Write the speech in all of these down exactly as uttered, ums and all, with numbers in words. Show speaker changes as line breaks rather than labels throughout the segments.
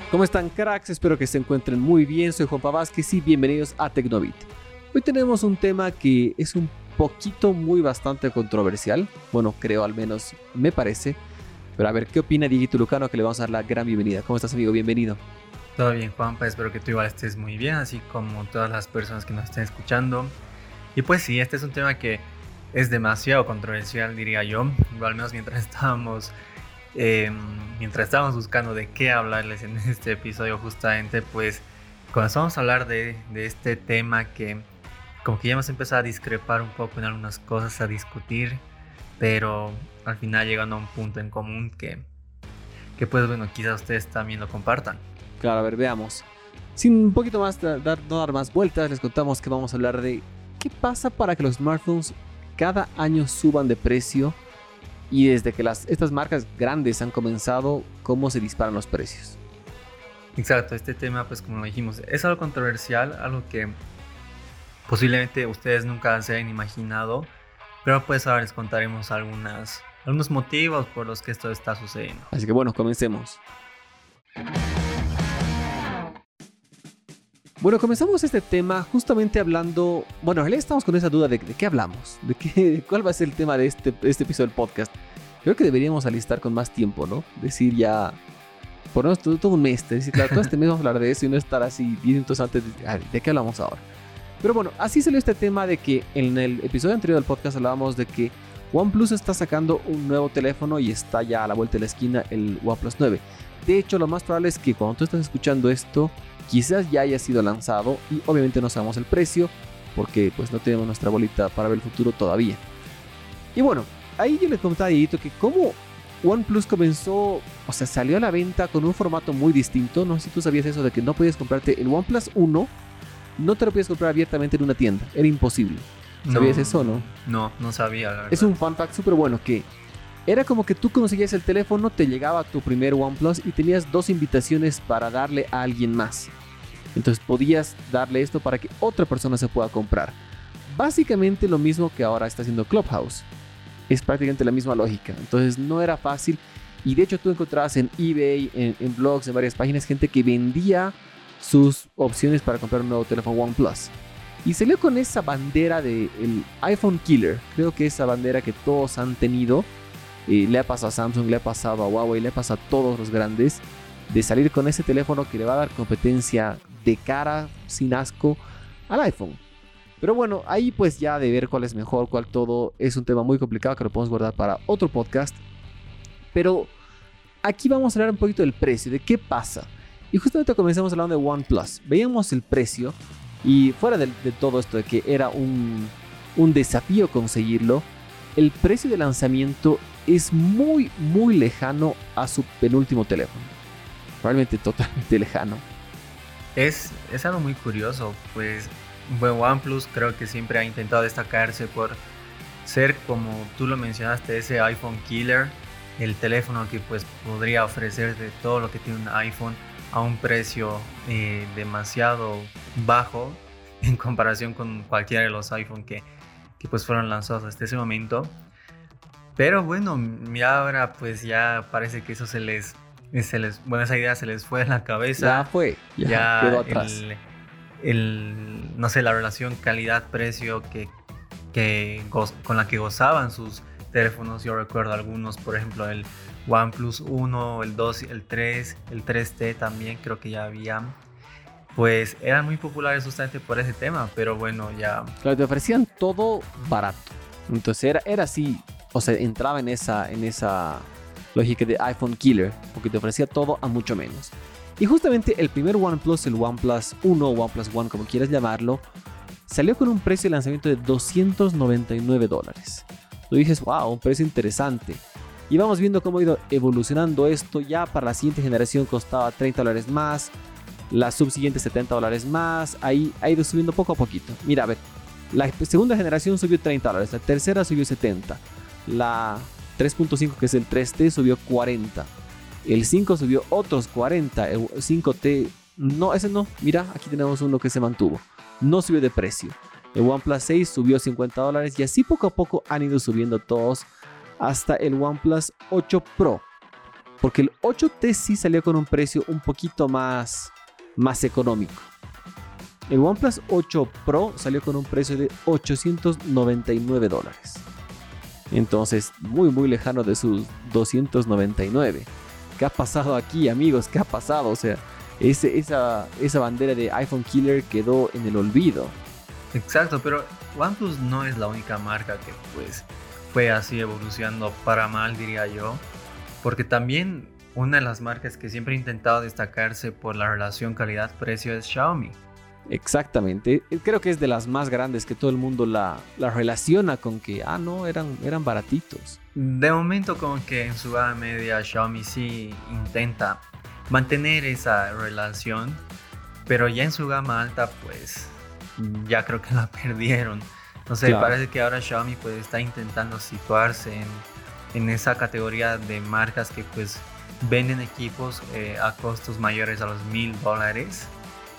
¿Cómo están, cracks? Espero que se encuentren muy bien. Soy Juanpa Vázquez y bienvenidos a Tecnobit. Hoy tenemos un tema que es un poquito muy bastante controversial. Bueno, creo, al menos me parece. Pero a ver, ¿qué opina Dieguito Lucano? Que le vamos a dar la gran bienvenida. ¿Cómo estás, amigo? Bienvenido.
Todo bien, Juanpa. Espero que tú igual estés muy bien, así como todas las personas que nos estén escuchando. Y pues sí, este es un tema que es demasiado controversial, diría yo. Al menos mientras estábamos... Eh, mientras estábamos buscando de qué hablarles en este episodio, justamente pues comenzamos a hablar de, de este tema que como que ya hemos empezado a discrepar un poco en algunas cosas, a discutir, pero al final llegando a un punto en común que, que pues bueno, quizás ustedes también lo compartan.
Claro, a ver, veamos. Sin un poquito más, dar, no dar más vueltas, les contamos que vamos a hablar de qué pasa para que los smartphones cada año suban de precio. Y desde que las, estas marcas grandes han comenzado, ¿cómo se disparan los precios?
Exacto, este tema, pues como lo dijimos, es algo controversial, algo que posiblemente ustedes nunca se hayan imaginado, pero pues ahora les contaremos algunas, algunos motivos por los que esto está sucediendo.
Así que bueno, comencemos. Bueno, comenzamos este tema justamente hablando... Bueno, en realidad estamos con esa duda de, de qué hablamos, de, qué, de cuál va a ser el tema de este, de este episodio del podcast. Creo que deberíamos alistar con más tiempo, ¿no? Decir ya... Por lo menos todo, todo un mes, decir, claro, todo este mes vamos a hablar de eso y no estar así diez minutos antes de... A ver, ¿de qué hablamos ahora? Pero bueno, así salió este tema de que en el episodio anterior del podcast hablábamos de que OnePlus está sacando un nuevo teléfono y está ya a la vuelta de la esquina el OnePlus nueve. De hecho, lo más probable es que cuando tú estás escuchando esto... quizás ya haya sido lanzado y obviamente no sabemos el precio porque pues no tenemos nuestra bolita para ver el futuro todavía. Y bueno, ahí yo le comentaba a Dieguito que como OnePlus comenzó, o sea, salió a la venta con un formato muy distinto. No sé si tú sabías eso de que no podías comprarte el OnePlus uno, no te lo podías comprar abiertamente en una tienda, era imposible. ¿Sabías
no,
eso o no?
No, no sabía, la verdad.
Es un fun fact súper bueno que era como que tú conseguías el teléfono, te llegaba tu primer OnePlus y tenías dos invitaciones para darle a alguien más. Entonces podías darle esto para que otra persona se pueda comprar. Básicamente lo mismo que ahora está haciendo Clubhouse. Es prácticamente la misma lógica. Entonces no era fácil. Y de hecho tú encontrabas en eBay, en, en blogs, en varias páginas, gente que vendía sus opciones para comprar un nuevo teléfono OnePlus. Y salió con esa bandera del iPhone Killer. Creo que esa bandera que todos han tenido. Eh, le ha pasado a Samsung, le ha pasado a Huawei, le ha pasado a todos los grandes, de salir con ese teléfono que le va a dar competencia de cara, sin asco, al iPhone. Pero bueno, ahí pues ya de ver cuál es mejor, cuál todo, es un tema muy complicado que lo podemos guardar para otro podcast. Pero aquí vamos a hablar un poquito del precio, de qué pasa. Y justamente comenzamos hablando de OnePlus. Veíamos el precio y fuera de, de todo esto de que era un, un desafío conseguirlo, el precio de lanzamiento es muy, muy lejano a su penúltimo teléfono. Probablemente totalmente lejano.
Es, es algo muy curioso, pues bueno, OnePlus creo que siempre ha intentado destacarse por ser, como tú lo mencionaste, ese iPhone killer, el teléfono que pues podría ofrecer de todo lo que tiene un iPhone a un precio eh, demasiado bajo en comparación con cualquiera de los iPhone que, que pues fueron lanzados hasta ese momento. Pero bueno, ya ahora pues ya parece que eso se les, se les, bueno, esa idea se les fue de la cabeza.
Ya fue, ya, ya quedó atrás.
El, el, no sé, la relación calidad-precio que, que goz, con la que gozaban sus teléfonos. Yo recuerdo algunos, por ejemplo, el OnePlus uno, el dos, el tres, el tres T también creo que ya había. Pues eran muy populares justamente por ese tema, pero bueno, ya...
Claro, te ofrecían todo barato. Entonces era, era así... O sea, entraba en esa, en esa lógica de iPhone Killer, porque te ofrecía todo a mucho menos. Y justamente el primer OnePlus, el OnePlus uno o OnePlus One, como quieras llamarlo, salió con un precio de lanzamiento de doscientos noventa y nueve dólares. Tú dices, wow, un precio interesante. Y vamos viendo cómo ha ido evolucionando esto. Ya para la siguiente generación costaba treinta dólares más, la subsiguiente setenta dólares más. Ahí ha ido subiendo poco a poquito. Mira, a ver, la segunda generación subió treinta dólares, la tercera subió setenta. La tres punto cinco, que es el tres T, subió cuarenta. El cinco subió otros cuarenta. El cinco T, no, ese no. Mira, aquí tenemos uno que se mantuvo. No subió de precio. El OnePlus seis subió cincuenta dólares y así poco a poco han ido subiendo todos hasta el OnePlus ocho Pro. Porque el ocho T sí salió con un precio un poquito más, más económico. El OnePlus ocho Pro salió con un precio de ochocientos noventa y nueve dólares. Entonces, muy muy lejano de sus doscientos noventa y nueve. ¿Qué ha pasado aquí, amigos? ¿Qué ha pasado? O sea, ese, esa, esa bandera de iPhone Killer quedó en el olvido.
Exacto, pero OnePlus no es la única marca que pues fue así evolucionando para mal, diría yo. Porque también una de las marcas que siempre ha intentado destacarse por la relación calidad-precio es Xiaomi.
Exactamente, creo que es de las más grandes que todo el mundo la, la relaciona con que, ah, no, eran, eran baratitos.
De momento como que en su gama media Xiaomi sí intenta mantener esa relación, pero ya en su gama alta pues ya creo que la perdieron. No sé, claro. Parece que ahora Xiaomi pues está intentando situarse en, en esa categoría de marcas que pues venden equipos eh, a costos mayores a los mil dólares.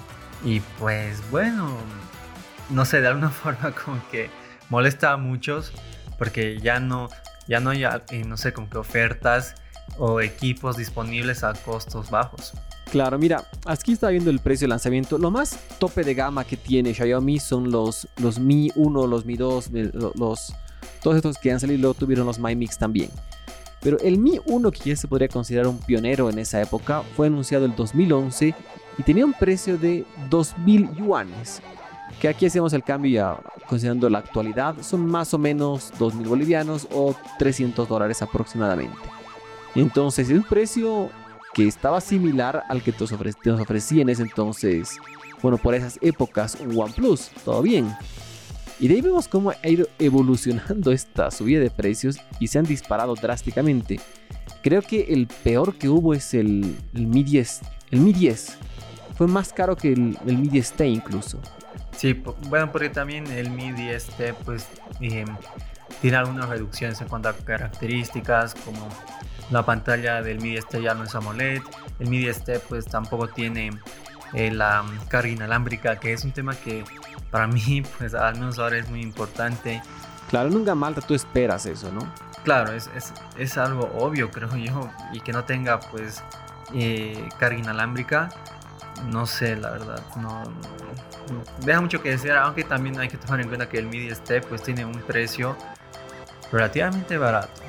Y pues bueno, no sé, de alguna forma como que molesta a muchos porque ya no, ya no hay, eh, no sé, como que ofertas o equipos disponibles a costos bajos.
Claro, mira, aquí está viendo el precio de lanzamiento. Lo más tope de gama que tiene Xiaomi son los, los Mi uno, los Mi dos, los, todos estos que han salido, luego tuvieron los Mi Mix también. Pero el Mi uno, que ya se podría considerar un pionero en esa época, fue anunciado el dos mil once y tenía un precio de dos mil yuanes, que aquí hacemos el cambio ya considerando la actualidad, son más o menos dos mil bolivianos o trescientos dólares aproximadamente. Entonces es un precio que estaba similar al que nos ofrecía en ese entonces, bueno, por esas épocas, un OnePlus, todo bien. Y de ahí vemos cómo ha ido evolucionando esta subida de precios y se han disparado drásticamente. Creo que el peor que hubo es el, el Mi diez. El Mi diez fue más caro que el, el Mi diez T incluso.
Sí, bueno, porque también el Mi diez T pues eh, tiene algunas reducciones en cuanto a características, como la pantalla del Mi diez T ya no es AMOLED. El Mi diez T pues tampoco tiene eh, la carga inalámbrica, que es un tema que para mí pues al menos ahora es muy importante.
Claro, en un gama alta tú esperas eso, ¿no?
Claro, es, es, es algo obvio, creo yo, y que no tenga pues eh, carga inalámbrica, no sé, la verdad, no, no deja mucho que desear, aunque también hay que tomar en cuenta que el Mi diez T pues tiene un precio relativamente barato.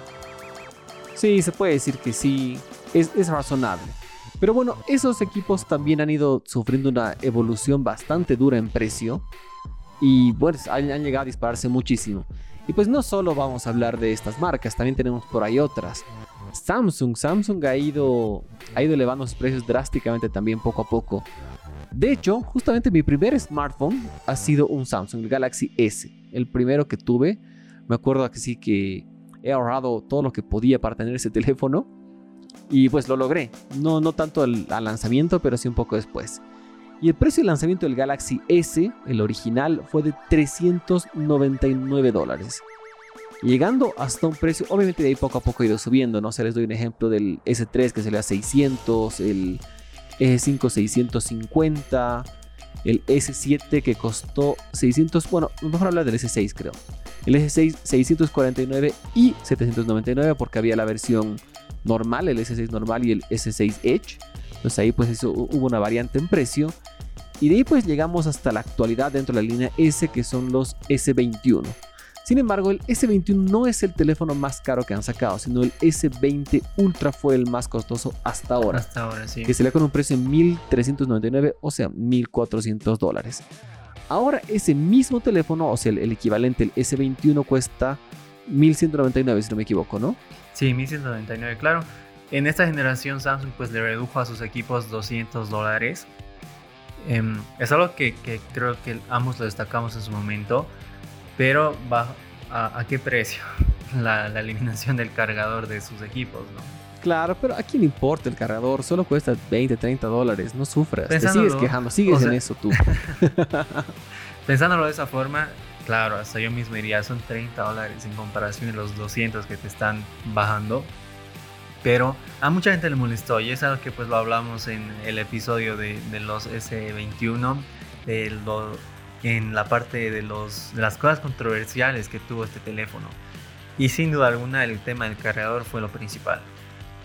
Sí, se puede decir que sí, es, es razonable. Pero bueno, esos equipos también han ido sufriendo una evolución bastante dura en precio y bueno, han, han llegado a dispararse muchísimo. Y pues no solo vamos a hablar de estas marcas, también tenemos por ahí otras. Samsung, Samsung ha ido, ha ido elevando sus precios drásticamente también poco a poco. De hecho, justamente mi primer smartphone ha sido un Samsung, el Galaxy S. El primero que tuve, me acuerdo que sí que he ahorrado todo lo que podía para tener ese teléfono. Y pues lo logré, no, no tanto al, al lanzamiento, pero sí un poco después. Y el precio de lanzamiento del Galaxy S, el original, fue de trescientos noventa y nueve dólares. Llegando hasta un precio, obviamente de ahí poco a poco ha ido subiendo, ¿no? O sea, les doy un ejemplo del S tres que salió a seiscientos, el S cinco seiscientos cincuenta, el S siete que costó seiscientos, bueno, mejor hablar del S seis creo. El S seis seiscientos cuarenta y nueve y setecientos noventa y nueve porque había la versión normal, el S seis normal y el S seis Edge. Entonces ahí pues eso, hubo una variante en precio. Y de ahí pues llegamos hasta la actualidad dentro de la línea S, que son los S veintiuno. Sin embargo, el S veintiuno no es el teléfono más caro que han sacado, sino el S veinte Ultra fue el más costoso hasta ahora.
Hasta ahora, sí.
Que se le da con un precio de mil trescientos noventa y nueve, o sea, mil cuatrocientos dólares. Ahora ese mismo teléfono, o sea, el, el equivalente, el S veintiuno cuesta mil ciento noventa y nueve, si no me equivoco, ¿no?
Sí, mil ciento noventa y nueve, claro. En esta generación Samsung pues le redujo a sus equipos doscientos dólares. Eh, es algo que, que creo que ambos lo destacamos en su momento. Pero ¿a, a qué precio? La, la eliminación del cargador de sus equipos, ¿no?
Claro, pero ¿a quién importa el cargador? Solo cuesta veinte, treinta dólares, no sufras.
Pensándolo,
te sigues quejando, sigues o sea, en eso tú.
Pensándolo de esa forma, claro, hasta yo mismo diría, son treinta dólares en comparación a los doscientos que te están bajando. Pero a mucha gente le molestó y es algo que pues lo hablamos en el episodio de, de los S veintiuno, de lo, en la parte de, los, de las cosas controversiales que tuvo este teléfono. Y sin duda alguna el tema del cargador fue lo principal.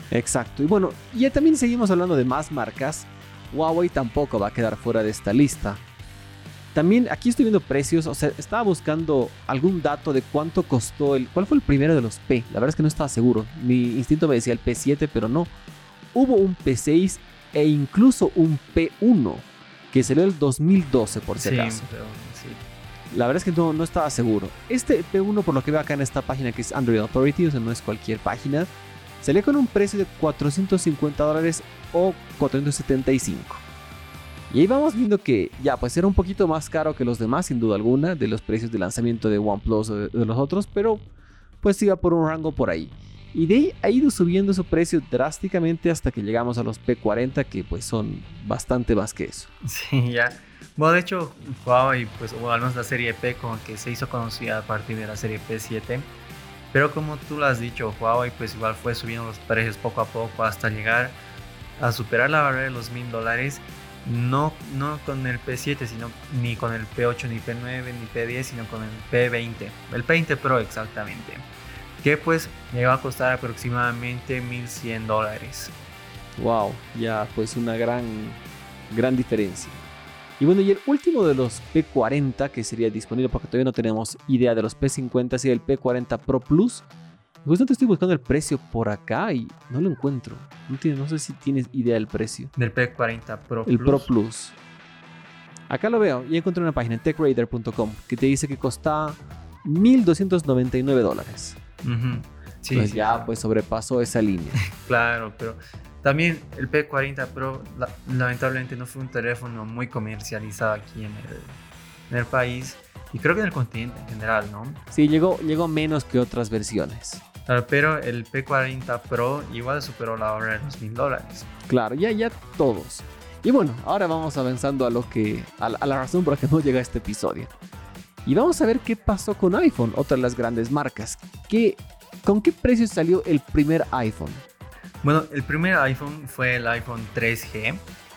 Exacto. Y bueno, ya también seguimos hablando de más marcas. Huawei tampoco va a quedar fuera de esta lista. También aquí estoy viendo precios, o sea, estaba buscando algún dato de cuánto costó el... ¿Cuál fue el primero de los P? La verdad es que no estaba seguro. Mi instinto me decía el P siete, pero no. Hubo un P seis e incluso un P uno que salió el dos mil doce, por si
Sí,
acaso.
pero sí.
La verdad es que no, no estaba seguro. Este P uno, por lo que veo acá en esta página que es Android Authority, o sea, no es cualquier página, salió con un precio de cuatrocientos cincuenta dólares o cuatrocientos setenta y cinco. Y ahí vamos viendo que ya, pues era un poquito más caro que los demás, sin duda alguna, de los precios de lanzamiento de OnePlus o de, de los otros, pero pues iba por un rango por ahí. Y de ahí ha ido subiendo su precio drásticamente hasta que llegamos a los P cuarenta, que pues son bastante más que eso.
Sí, ya. Bueno, de hecho, Huawei, pues, o al menos la serie P, como que se hizo conocida a partir de la serie P siete. Pero como tú lo has dicho, Huawei, pues igual fue subiendo los precios poco a poco hasta llegar a superar la barrera de los mil dólares. No, no con el P siete, sino ni con el P ocho, ni P nueve, ni P diez, sino con el P veinte. El P veinte Pro exactamente. Que pues me va a costar aproximadamente mil cien dólares.
Wow, ya pues una gran, gran diferencia. Y bueno, y el último de los P cuarenta que sería disponible, porque todavía no tenemos idea de los P cincuenta, sería el P cuarenta Pro Plus. Justamente estoy buscando el precio por acá y no lo encuentro. No, tiene, no sé si tienes idea del precio.
Del P cuarenta Pro
El
Plus.
Pro Plus. Acá lo veo y encontré una página en tech radar punto com que te dice que costa mil doscientos noventa y nueve dólares.
Uh-huh. Sí,
Entonces
sí,
ya
sí.
pues sobrepasó esa línea.
Claro, pero también el P cuarenta Pro la, lamentablemente no fue un teléfono muy comercializado aquí en el, en el país y creo que en el continente en general, ¿no?
Sí, llegó, llegó menos que otras versiones.
Claro, pero el P cuarenta Pro igual superó la barrera de los mil dólares.
Claro, ya, ya todos. Y bueno, ahora vamos avanzando a lo que a la, a la razón por la que no llega este episodio. Y vamos a ver qué pasó con iPhone, otra de las grandes marcas. ¿Qué, ¿Con qué precio salió el primer iPhone?
Bueno, el primer iPhone fue el iPhone tres G.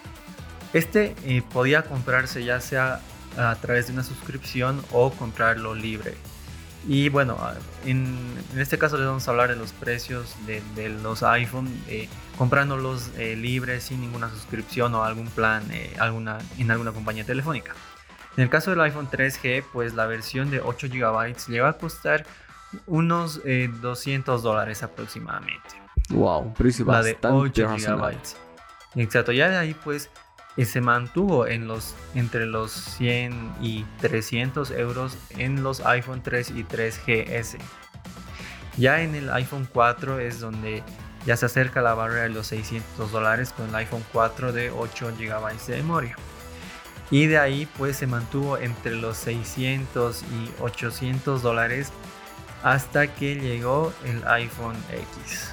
Este eh, podía comprarse ya sea a través de una suscripción o comprarlo libre. Y bueno, en, en este caso les vamos a hablar de los precios de, de los iPhone, eh, comprándolos eh, libres sin ninguna suscripción o algún plan eh, alguna, en alguna compañía telefónica. En el caso del iPhone tres G, pues la versión de ocho gigabytes le va a costar unos eh, doscientos dólares aproximadamente.
Wow, un precio
La de
bastante
ocho
razonable.
gigabytes. Exacto, ya de ahí pues eh, se mantuvo en los, entre los cien y trescientos euros en los iPhone tres y tres G S. Ya en el iPhone cuatro es donde ya se acerca la barrera de los seiscientos dólares con el iPhone cuatro de ocho gigabytes de memoria. Y de ahí pues se mantuvo entre los seiscientos y ochocientos dólares hasta que llegó el iPhone X.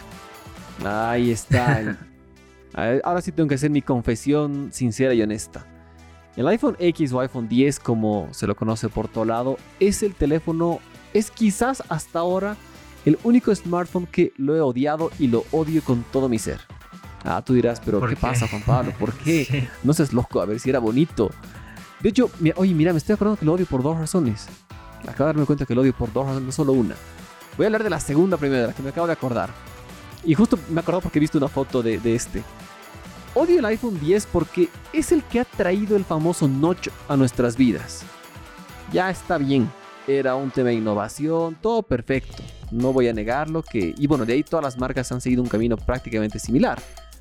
Ahí está. Ahora sí tengo que hacer mi confesión sincera y honesta. El iPhone X o iPhone diez, como se lo conoce por todo lado, es el teléfono, es quizás hasta ahora el único smartphone que lo he odiado y lo odio con todo mi ser. Ah, tú dirás, pero ¿qué,
¿Por
qué
qué?
pasa, Juan Pablo? ¿Por qué?
Sí.
No seas loco, a ver si era bonito. De hecho, mira, oye, mira, me estoy acordando que lo odio por dos razones. Acabo de darme cuenta que lo odio por dos razones, no solo una. Voy a hablar de la segunda primero, de la que me acabo de acordar. Y justo me he acordado porque he visto una foto de, de este. Odio el iPhone diez porque es el que ha traído el famoso notch a nuestras vidas. Ya está bien, era un tema de innovación, todo perfecto. No voy a negarlo que... Y bueno, de ahí todas las marcas han seguido un camino prácticamente similar.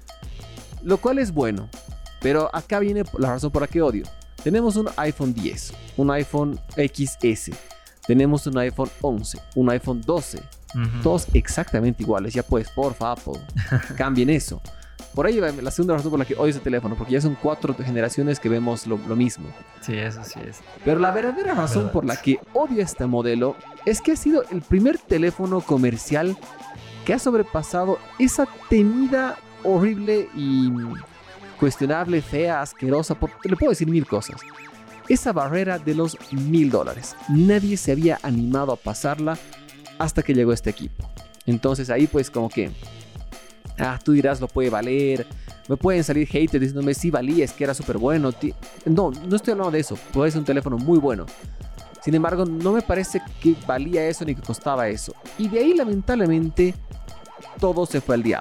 Lo cual es bueno, pero acá viene la razón por la que odio. Tenemos un iPhone diez, un iPhone X S, tenemos un iPhone once, un iPhone doce,
Uh-huh.
todos exactamente iguales. Ya pues, porfa, Apple, cambien eso. Por ahí va la segunda razón por la que odio ese teléfono, porque ya son cuatro generaciones que vemos lo, lo mismo.
Sí, eso sí es.
Pero la verdadera razón
¿Verdad?
por la que odio este modelo es que ha sido el primer teléfono comercial que ha sobrepasado esa temida, horrible y cuestionable, fea, asquerosa, por, le puedo decir mil cosas, esa barrera de los mil dólares. Nadie se había animado a pasarla hasta que llegó este equipo. Entonces ahí pues como que, ah, tú dirás lo puede valer, me pueden salir haters diciéndome si valía, es que era súper bueno. No, no estoy hablando de eso, puede ser un teléfono muy bueno. Sin embargo, no me parece que valía eso ni que costaba eso. Y de ahí lamentablemente todo se fue al diablo.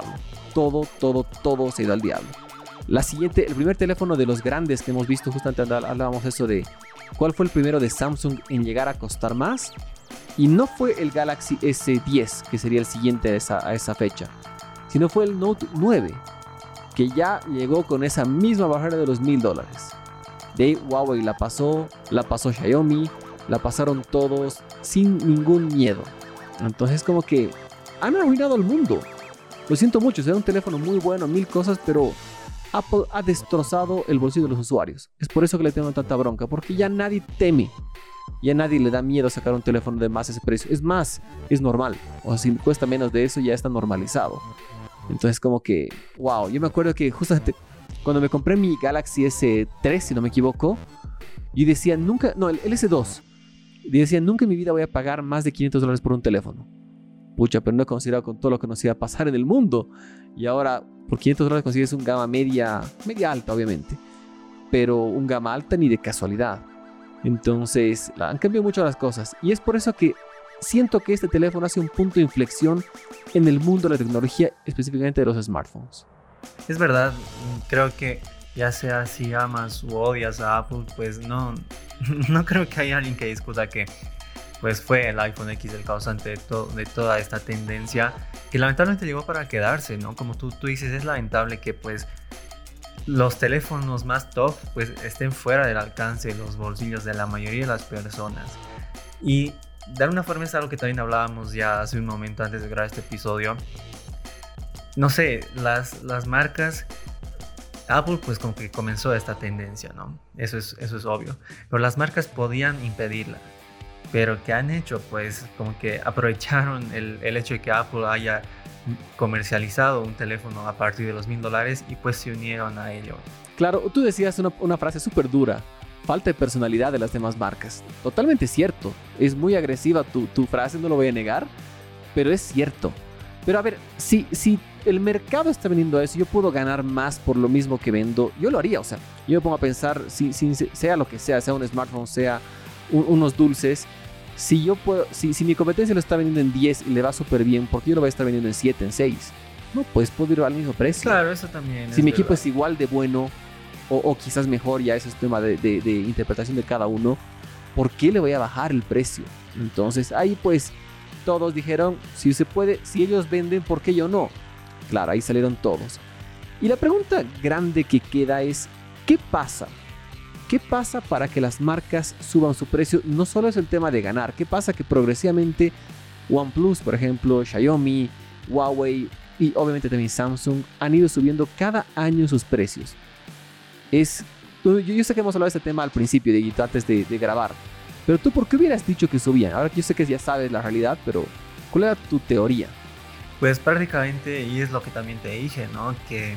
todo, todo, todo se ha ido al diablo. La siguiente, el primer teléfono de los grandes que hemos visto, justamente hablábamos eso de cuál fue el primero de Samsung en llegar a costar más. Y no fue el Galaxy ese diez, que sería el siguiente a esa, a esa fecha, sino fue el Note nueve, que ya llegó con esa misma barrera de los mil dólares. De ahí Huawei la pasó, la pasó Xiaomi, la pasaron todos sin ningún miedo. Entonces como que han arruinado el mundo. Lo siento mucho, será un teléfono muy bueno, mil cosas, pero Apple ha destrozado el bolsillo de los usuarios. Es por eso que le tengo tanta bronca, porque ya nadie teme. Ya a nadie le da miedo sacar un teléfono de más ese precio. Es más, es normal. O sea, si cuesta menos de eso, ya está normalizado. Entonces como que, wow. Yo me acuerdo que justamente cuando me compré mi Galaxy ese tres, si no me equivoco, yo decía nunca, no, el, el ese dos. Y decía, nunca en mi vida voy a pagar más de quinientos dólares por un teléfono. Pucha, pero no he considerado con todo lo que nos iba a pasar en el mundo. Y ahora, por quinientos dólares consigues un gama media, media alta, obviamente. Pero un gama alta ni de casualidad. Entonces, han cambiado mucho las cosas. Y es por eso que siento que este teléfono hace un punto de inflexión en el mundo de la tecnología, específicamente de los smartphones.
Es verdad, creo que ya sea si amas o odias a Apple, pues no, no creo que haya alguien que discuta que pues fue el iPhone X el causante de, to- de toda esta tendencia, que lamentablemente llegó para quedarse, ¿no? Como tú, tú dices, es lamentable que pues los teléfonos más top pues estén fuera del alcance de los bolsillos de la mayoría de las personas. Y de alguna forma es algo que también hablábamos ya hace un momento antes de grabar este episodio. No sé, las, las marcas, Apple pues como que comenzó esta tendencia, ¿no? Eso es, eso es obvio. Pero las marcas podían impedirla. Pero ¿qué han hecho? Pues como que aprovecharon el, el hecho de que Apple haya comercializado un teléfono a partir de los mil dólares y pues se unieron a ello.
Claro, tú decías una, una frase súper dura: falta de personalidad de las demás marcas. Totalmente cierto, es muy agresiva tu, tu frase, no lo voy a negar, pero es cierto. Pero a ver, si, si el mercado está vendiendo a eso, yo puedo ganar más por lo mismo que vendo, yo lo haría. O sea, yo me pongo a pensar, si, si, sea lo que sea, sea un smartphone, sea un, unos dulces, Si, yo puedo, si, si mi competencia lo está vendiendo en diez y le va súper bien, ¿por qué yo lo voy a estar vendiendo en siete, en seis? No, pues puedo ir al mismo precio.
Claro, eso también.
Si mi equipo es igual de bueno o, o quizás mejor, ya ese es tema de, de, de interpretación de cada uno, ¿por qué le voy a bajar el precio? Entonces ahí pues todos dijeron, si se puede, si ellos venden, ¿por qué yo no? Claro, ahí salieron todos. Y la pregunta grande que queda es, ¿qué pasa? ¿Qué pasa para que las marcas suban su precio? No solo es el tema de ganar. ¿Qué pasa? Que progresivamente OnePlus, por ejemplo, Xiaomi, Huawei y obviamente también Samsung han ido subiendo cada año sus precios. Es, yo, yo sé que hemos hablado de este tema al principio, de antes de, de grabar. Pero tú, ¿por qué hubieras dicho que subían? Ahora que yo sé que ya sabes la realidad, pero ¿cuál era tu teoría?
Pues prácticamente, y es lo que también te dije, ¿no? Que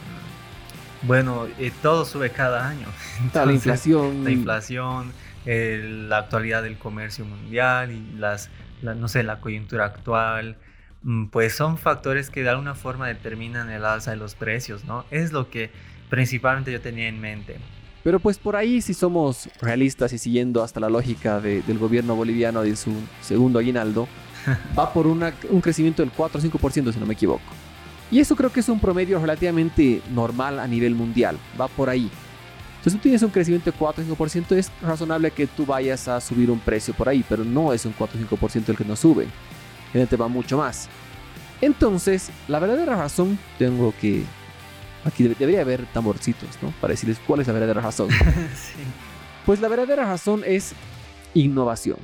bueno, eh, todo sube cada año. Entonces,
la inflación.
La inflación, eh, la actualidad del comercio mundial y las, la, no sé, la coyuntura actual, pues son factores que de alguna forma determinan el alza de los precios, ¿no? Es lo que principalmente yo tenía en mente.
Pero pues por ahí, si somos realistas y siguiendo hasta la lógica de, del gobierno boliviano de su segundo aguinaldo, va por una, un crecimiento del cuatro o cinco por ciento, si no me equivoco. Y eso creo que es un promedio relativamente normal a nivel mundial, va por ahí. Entonces, si tú tienes un crecimiento de cuatro o cinco por ciento, es razonable que tú vayas a subir un precio por ahí, pero no es un cuatro o cinco por ciento el que no sube, generalmente va mucho más. Entonces, la verdadera razón, tengo que, aquí debería haber tamborcitos, ¿no? Para decirles cuál es la verdadera razón.
Sí.
Pues la verdadera razón es innovación.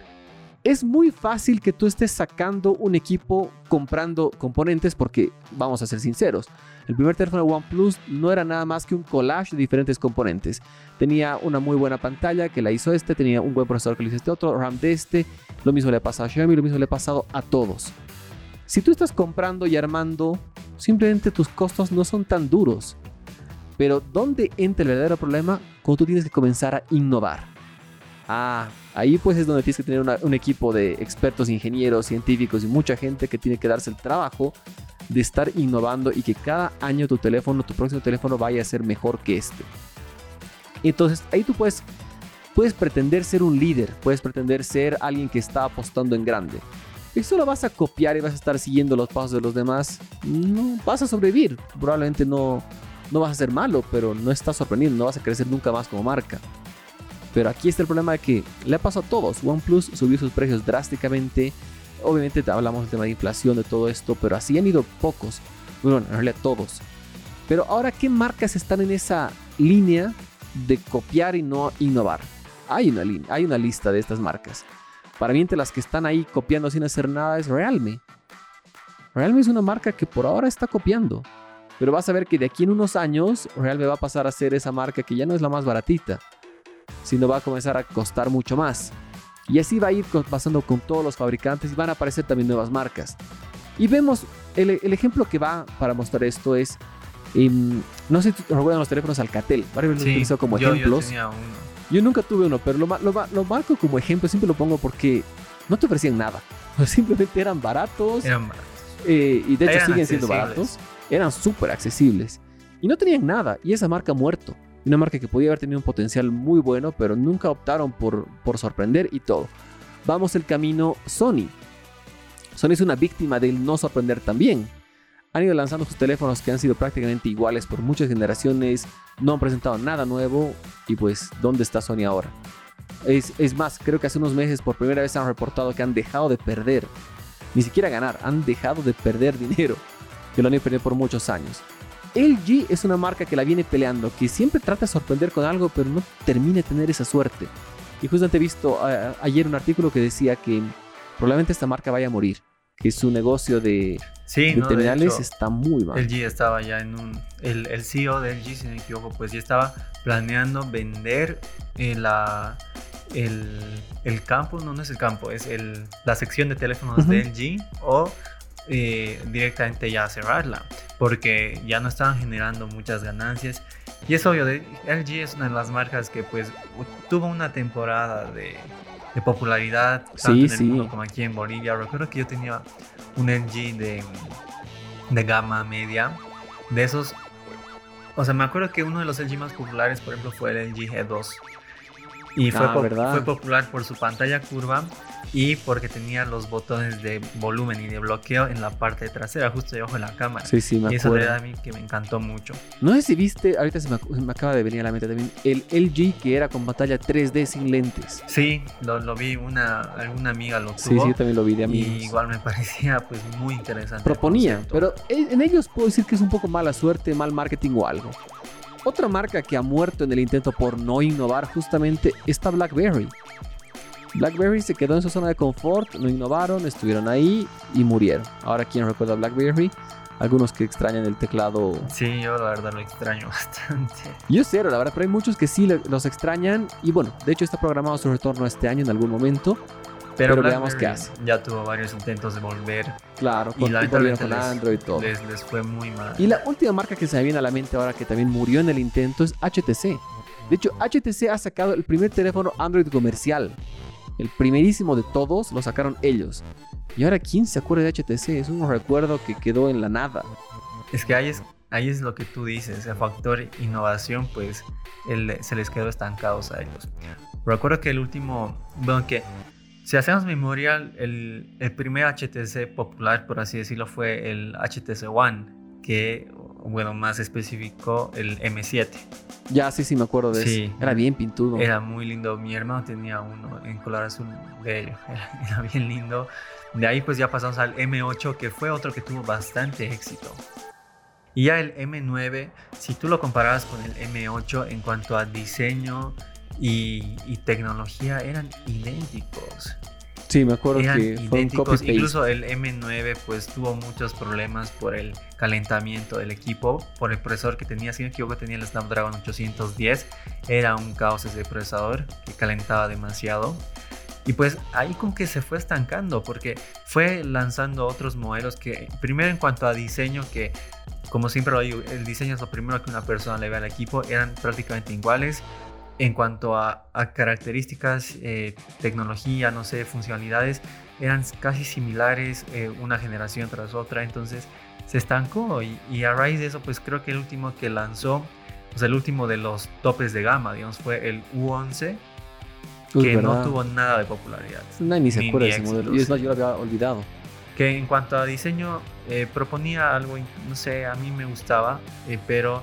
Es muy fácil que tú estés sacando un equipo comprando componentes porque, vamos a ser sinceros, el primer teléfono de OnePlus no era nada más que un collage de diferentes componentes. Tenía una muy buena pantalla que la hizo este, tenía un buen procesador que lo hizo este otro, RAM de este, lo mismo le ha pasado a Xiaomi, lo mismo le ha pasado a todos. Si tú estás comprando y armando, simplemente tus costos no son tan duros. Pero ¿dónde entra el verdadero problema? Cuando tú tienes que comenzar a innovar. Ah, ahí pues es donde tienes que tener una, un equipo de expertos, ingenieros, científicos y mucha gente que tiene que darse el trabajo de estar innovando y que cada año tu teléfono, tu próximo teléfono vaya a ser mejor que este. Entonces ahí tú puedes, puedes pretender ser un líder, puedes pretender ser alguien que está apostando en grande. y solo vas a copiar y vas a estar siguiendo los pasos de los demás, no vas a sobrevivir. Probablemente no, no vas a ser malo, pero no estás sorprendiendo, no vas a crecer nunca más como marca. Pero aquí está el problema de que le ha pasado a todos. OnePlus subió sus precios drásticamente. Obviamente hablamos del tema de inflación, de todo esto, pero así han ido pocos. Bueno, en realidad todos. Pero ahora, ¿qué marcas están en esa línea de copiar y no innovar? Hay una, línea, hay una lista de estas marcas. Para mí, entre las que están ahí copiando sin hacer nada es Realme. Realme es una marca que por ahora está copiando. Pero vas a ver que de aquí en unos años, Realme va a pasar a ser esa marca que ya no es la más baratita, sino va a comenzar a costar mucho más. Y así va a ir pasando con todos los fabricantes y van a aparecer también nuevas marcas. Y vemos, el, el ejemplo que va para mostrar esto es, um, no sé si recuerdan los teléfonos Alcatel. Varios los
Sí,
utilizo como
yo,
ejemplos.
yo tenía uno.
Yo nunca tuve uno, pero lo, lo, lo marco como ejemplo, siempre lo pongo porque no te ofrecían nada. Simplemente eran baratos.
Eran baratos.
Eh, y de hecho
Eran
siguen siendo
accesibles.
baratos. Eran súper accesibles. Y no tenían nada. Y esa marca ha muerto. Una marca que podía haber tenido un potencial muy bueno, pero nunca optaron por, por sorprender y todo. Vamos el camino Sony. Sony es una víctima del no sorprender también. Han ido lanzando sus teléfonos que han sido prácticamente iguales por muchas generaciones. No han presentado nada nuevo. Y pues, ¿dónde está Sony ahora? Es, es más, creo que hace unos meses por primera vez han reportado que han dejado de perder. Ni siquiera ganar, han dejado de perder dinero. Que lo han ido perdiendo por muchos años. L G es una marca que la viene peleando, que siempre trata de sorprender con algo, pero no termina de tener esa suerte. Y justamente he visto uh, ayer un artículo que decía que probablemente esta marca vaya a morir. Que su negocio de,
Sí,
de
no, de
terminales
hecho,
está muy mal.
L G estaba ya en un... El, el C E O de L G, si no me equivoco, pues ya estaba planeando vender eh, la, el, el campo, no, no es el campo, es el, la sección de teléfonos
Uh-huh.
de L G o eh, directamente ya cerrarla, porque ya no estaban generando muchas ganancias. Y es obvio, de, L G es una de las marcas que pues tuvo una temporada de, de popularidad, tanto
Sí,
en el
sí.
mundo como aquí en Bolivia. Recuerdo que yo tenía un L G de, de gama media, de esos. O sea, me acuerdo que uno de los L G más populares, por ejemplo, fue el L G G dos. Y fue,
Ah,
po-
¿verdad?
fue popular por su pantalla curva y porque tenía los botones de volumen y de bloqueo en la parte trasera, justo debajo de la cámara.
Sí, sí, me
Y eso de
acuerdo.
verdad a mí que me encantó mucho.
No sé si viste, ahorita se me, ac- me acaba de venir a la mente también, el L G que era con pantalla tres D sin lentes.
Sí, lo, lo vi, una, alguna amiga lo tuvo.
Sí, sí, yo también lo vi de
y
amigos.
igual me parecía pues muy interesante. el
Proponía,
concepto.
pero en en ellos puedo decir que es un poco mala suerte, mal marketing o algo. Otra marca que ha muerto en el intento por no innovar justamente está BlackBerry. BlackBerry se quedó en su zona de confort, no innovaron, estuvieron ahí y murieron. Ahora, ¿quién recuerda a BlackBerry? Algunos que extrañan el teclado.
Sí, yo la verdad lo extraño bastante.
Yo cero, la verdad, pero hay muchos que sí le- los extrañan. Y bueno, de hecho está programado su retorno este año en algún momento.
Pero,
Pero veamos
BlackBerry
qué hace.
ya tuvo varios intentos de volver
Claro,
y
con, y volvieron
lamentablemente
con
les,
Android y todo.
les, les fue muy mal.
Y la última marca que se me viene a la mente ahora que también murió en el intento es H T C. De hecho, H T C ha sacado el primer teléfono Android comercial. El primerísimo de todos lo sacaron ellos. Y ahora, ¿quién se acuerda de H T C? Es un recuerdo que quedó en la nada.
Es que ahí es, ahí es lo que tú dices, el factor innovación, pues el- se les quedó estancados a ellos. Recuerdo que el último, bueno, que si hacemos memoria, el, el primer H T C popular, por así decirlo, fue el H T C One, que, bueno, más específico, el M siete.
Ya, sí, sí, me acuerdo de
Sí.
eso. Era bien pintudo.
Era muy lindo. Mi hermano tenía uno en color azul bello. Era, era bien lindo. De ahí pues ya pasamos al M ocho, que fue otro que tuvo bastante éxito. Y ya el M nueve, si tú lo comparabas con el M ocho en cuanto a diseño y, y tecnología, eran idénticos.
Sí, me acuerdo
Eran
que fue un
idénticos.
copy-paste.
Incluso el M nueve pues tuvo muchos problemas por el calentamiento del equipo, por el procesador que tenía. Si no me equivoco, tenía el Snapdragon ochocientos diez. Era un caos ese procesador que calentaba demasiado. Y pues ahí como que se fue estancando, porque fue lanzando otros modelos que, primero en cuanto a diseño, que como siempre lo digo, el diseño es lo primero que una persona le ve al equipo, eran prácticamente iguales. En cuanto a, a características, eh, tecnología, no sé, funcionalidades, eran casi similares eh, una generación tras otra. Entonces se estancó y, y a raíz de eso pues creo que el último que lanzó, o sea el último de los topes de gama, digamos, fue el U once.
Uy,
que no
¿verdad?
tuvo nada de popularidad.
Nadie ni se
Ni-
acuerda
ni
de ese modelo.
éxitos.
Y es más, yo lo había olvidado.
Que en cuanto a diseño eh, proponía algo, in- no sé, a mí me gustaba, eh, pero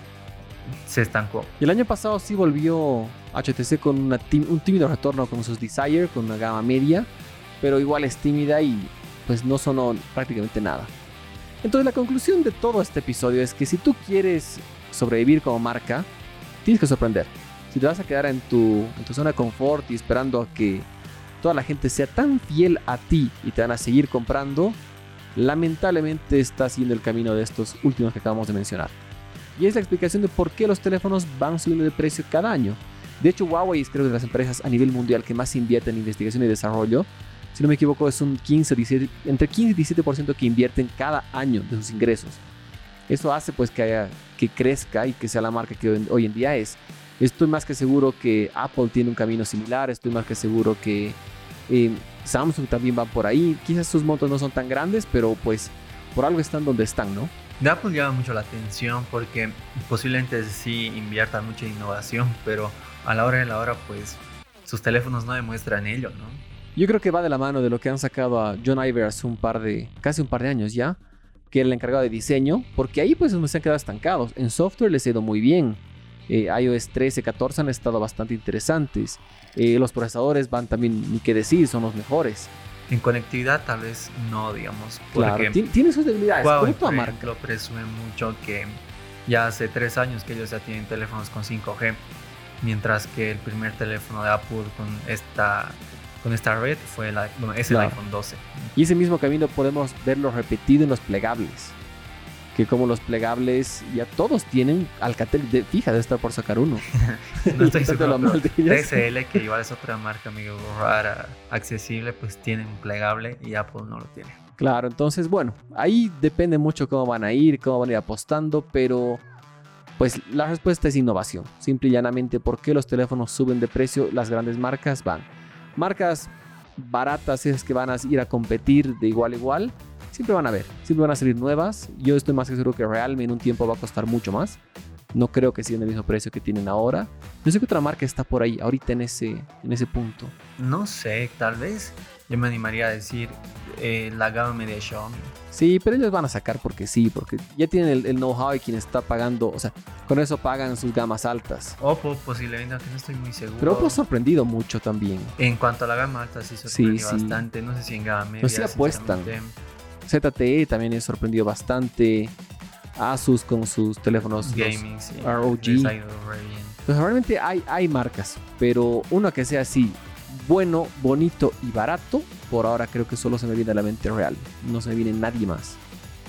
se estancó.
Y el año pasado sí volvió H T C con una tim- un tímido retorno con sus Desire, con una gama media, pero igual es tímida y pues no sonó prácticamente nada. Entonces la conclusión de todo este episodio es que si tú quieres sobrevivir como marca, tienes que sorprender. Si te vas a quedar en tu, en tu zona de confort y esperando a que toda la gente sea tan fiel a ti y te van a seguir comprando, lamentablemente estás siguiendo el camino de estos últimos que acabamos de mencionar. Y es la explicación de por qué los teléfonos van subiendo de precio cada año. De hecho, Huawei es creo de las empresas a nivel mundial que más invierte en investigación y desarrollo. Si no me equivoco, es un quince, diecisiete, entre quince y diecisiete por ciento que invierten cada año de sus ingresos. Eso hace pues que, haya, que crezca y que sea la marca que hoy, hoy en día es. Estoy más que seguro que Apple tiene un camino similar. Estoy más que seguro que eh, Samsung también va por ahí. Quizás sus montos no son tan grandes, pero pues por algo están donde están, ¿no?
De Apple llama mucho la atención porque posiblemente sí inviertan mucha innovación, pero a la hora de la hora, pues sus teléfonos no demuestran ello, ¿no?
Yo creo que va de la mano de lo que han sacado a John Iver hace un par de, casi un par de años ya, que era el encargado de diseño, porque ahí pues no se han quedado estancados. En software les ha ido muy bien. Eh, iOS trece, catorce han estado bastante interesantes. Eh, los procesadores van también, ni qué decir, son los mejores.
En conectividad tal vez no, digamos,
Claro,
porque
tien- tiene sus debilidades,
Huawei,
como toda
por
marca.
ejemplo, presume mucho que ya hace tres años que ellos ya tienen teléfonos con cinco G, mientras que el primer teléfono de Apple con esta, con esta red fue el, i- bueno, es el
Claro.
iPhone doce.
Y ese mismo camino podemos verlo repetido en los plegables. Que como los plegables ya todos tienen Alcatel, de, fija, debe estar por sacar uno.
No estoy
Quítatelo
seguro,
mal de ellos.
T S L, que igual es otra marca medio rara, accesible, pues tiene un plegable y Apple no lo tiene.
Claro, entonces bueno, ahí depende mucho cómo van a ir, cómo van a ir apostando, pero pues la respuesta es innovación. Simple y llanamente, ¿por qué los teléfonos suben de precio? Las grandes marcas van. Marcas baratas, esas que van a ir a competir de igual a igual, siempre van a ver, siempre van a salir nuevas. Yo estoy más que seguro que Realme en un tiempo va a costar mucho más. No creo que sigan el mismo precio que tienen ahora. No sé qué otra marca está por ahí, ahorita en ese, en ese punto.
No sé, tal vez yo me animaría a decir eh, la gama media de Xiaomi.
Sí, pero ellos van a sacar porque sí, porque ya tienen el, el know-how y quien está pagando, o sea, con eso pagan sus gamas altas.
Oppo posiblemente, aunque no estoy muy seguro.
Pero Oppo ha sorprendido mucho también.
En cuanto a la gama alta sí sorprendió
Sí, sí.
bastante. No sé si en gama media.
Pero sí apuestan.
sinceramente.
Z T E también ha sorprendido bastante. Asus con sus teléfonos los
Gaming, sí.
R O G.
Les ha ido re bien.
Pues realmente hay, hay marcas, pero uno que sea así, bueno, bonito y barato, por ahora creo que solo se me viene a la mente Real. No se me viene nadie más.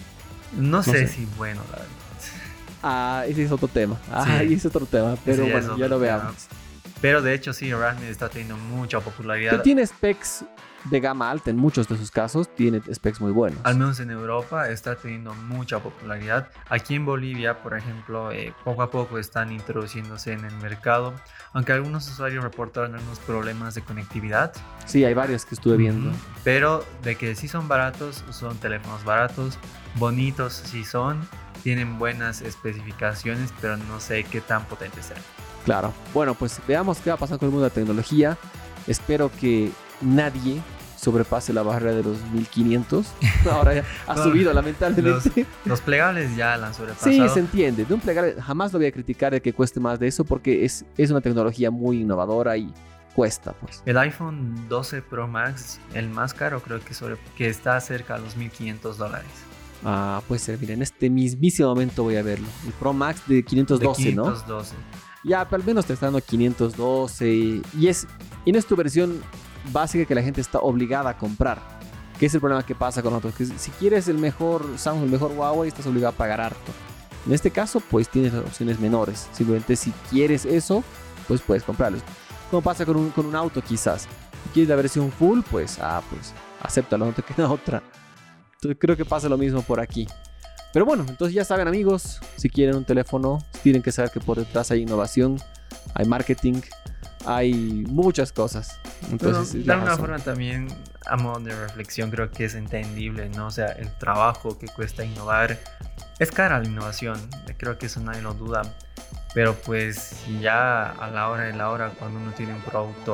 No sé
sé.
si bueno, la verdad.
Ah, ese es otro tema. Ah,
Sí.
ese es otro tema, pero
Ese ya es
bueno,
otro
ya lo
tema.
veamos.
Pero de hecho sí, Realme está teniendo mucha popularidad.
Que tiene specs de gama alta en muchos de sus casos, tiene specs muy buenos.
Al menos en Europa está teniendo mucha popularidad. Aquí en Bolivia, por ejemplo, eh, poco a poco están introduciéndose en el mercado, aunque algunos usuarios reportaron algunos problemas de conectividad.
Sí, hay varios que estuve viendo.
Ujú. Pero de que sí son baratos, son teléfonos baratos, bonitos sí son, tienen buenas especificaciones, pero no sé qué tan potentes sean.
Claro. Bueno, pues veamos qué va a pasar con el mundo de la tecnología. Espero que nadie sobrepase la barrera de los mil quinientos. Ahora ya ha
No,
subido, lamentablemente.
Los plegables ya la han sobrepasado.
Sí, se entiende. De un plegable jamás lo voy a criticar de que cueste más de eso porque es, es una tecnología muy innovadora y cuesta, pues.
El iPhone doce Pro Max, el más caro, creo que, sobre, que está cerca de los mil quinientos dólares.
Ah, puede ser. Mira, en este mismísimo momento voy a verlo. El Pro Max de quinientos doce,
de
¿no?
quinientos doce.
Ya, pero al menos te está dando quinientos doce y es, y no es tu versión básica que la gente está obligada a comprar. Que es el problema que pasa con otros. Que si quieres el mejor Samsung, el mejor Huawei, estás obligado a pagar harto. En este caso, pues tienes opciones menores. Simplemente si quieres eso, pues puedes comprarlos. Como pasa con un, con un auto quizás. Si quieres la versión full, pues, ah, pues, acéptalo, no te queda otra. Entonces creo que pasa lo mismo por aquí. Pero bueno, entonces ya saben amigos, si quieren un teléfono, tienen que saber que por detrás hay innovación, hay marketing, hay muchas cosas. Entonces,
Pero
es
de
la
alguna
razón.
forma también, a modo de reflexión, creo que es entendible, ¿no? O sea, el trabajo que cuesta innovar es cara la innovación, creo que eso nadie lo duda. Pero pues ya a la hora de la hora, cuando uno tiene un producto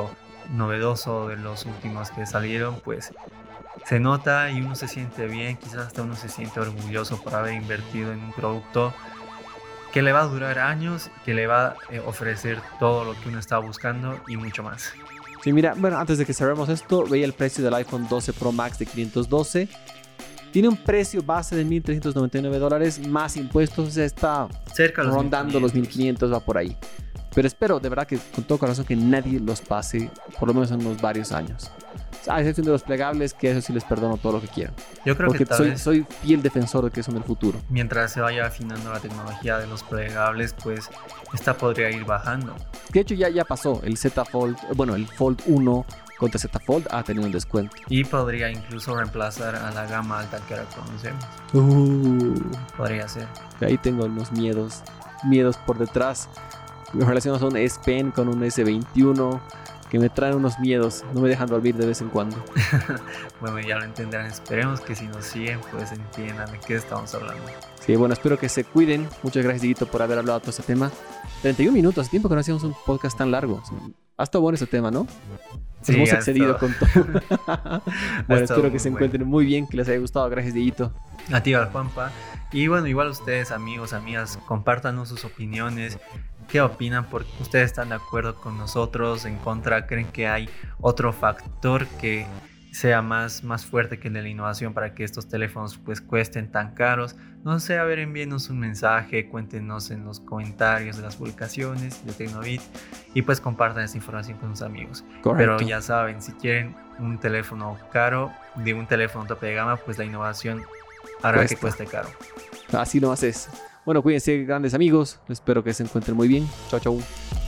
novedoso de los últimos que salieron, pues se nota y uno se siente bien, quizás hasta uno se siente orgulloso por haber invertido en un producto que le va a durar años, que le va a eh, ofrecer todo lo que uno está buscando y mucho más.
Sí, mira, bueno, antes de que cerremos esto, veía el precio del iPhone doce Pro Max de quinientos doce. Tiene un precio base de mil trescientos noventa y nueve dólares más impuestos, o sea, está
cerca de los
rondando los mil quinientos, va por ahí. Pero espero, de verdad, que con todo corazón que nadie los pase, por lo menos en unos varios años. A excepción de los plegables, que eso sí les perdono todo lo que quieran.
Yo creo
Porque
que tal
soy,
vez
soy fiel defensor de que son el futuro.
mientras se vaya afinando la tecnología de los plegables, pues esta podría ir bajando.
De hecho, ya, ya pasó. El Z Fold, bueno, el Fold uno contra Z Fold ha tenido un descuento.
Y podría incluso reemplazar a la gama alta que ahora conocemos.
Uh,
Podría ser.
ahí tengo unos miedos, miedos por detrás. Relacionados a un S Pen con un S veintiuno, que me traen unos miedos, no me dejan dormir de vez en cuando.
Bueno, ya lo entenderán. Esperemos que si nos siguen, pues entiendan de qué estamos hablando.
Sí, bueno, espero que se cuiden. Muchas gracias, Dieguito, por haber hablado de todo este tema. treinta y un minutos, hace tiempo que no hacíamos un podcast tan largo. Ha estado bueno ese tema, ¿no?
Sí,
hemos
ha
excedido
estado-
con todo. Bueno, espero que
muy
se
bueno.
encuentren muy bien, que les haya gustado. Gracias, Dieguito.
A ti, al Juanpa. Y bueno, igual ustedes, amigos, amigas, compártanos sus opiniones. ¿Qué opinan? ¿Por qué ustedes están de acuerdo con nosotros? ¿En contra? ¿Creen que hay otro factor que sea más, más fuerte que el de la innovación para que estos teléfonos pues cuesten tan caros? No sé, a ver, envíenos un mensaje, cuéntenos en los comentarios de las publicaciones de Tecnobit y pues compartan esta información con sus amigos.
Correcto.
Pero ya saben, si quieren un teléfono caro, de un teléfono tope de gama, pues la innovación hará
Cuesta.
que cueste caro.
Así nomás es. Bueno, cuídense, grandes amigos. Espero que se encuentren muy bien. Chao, chao.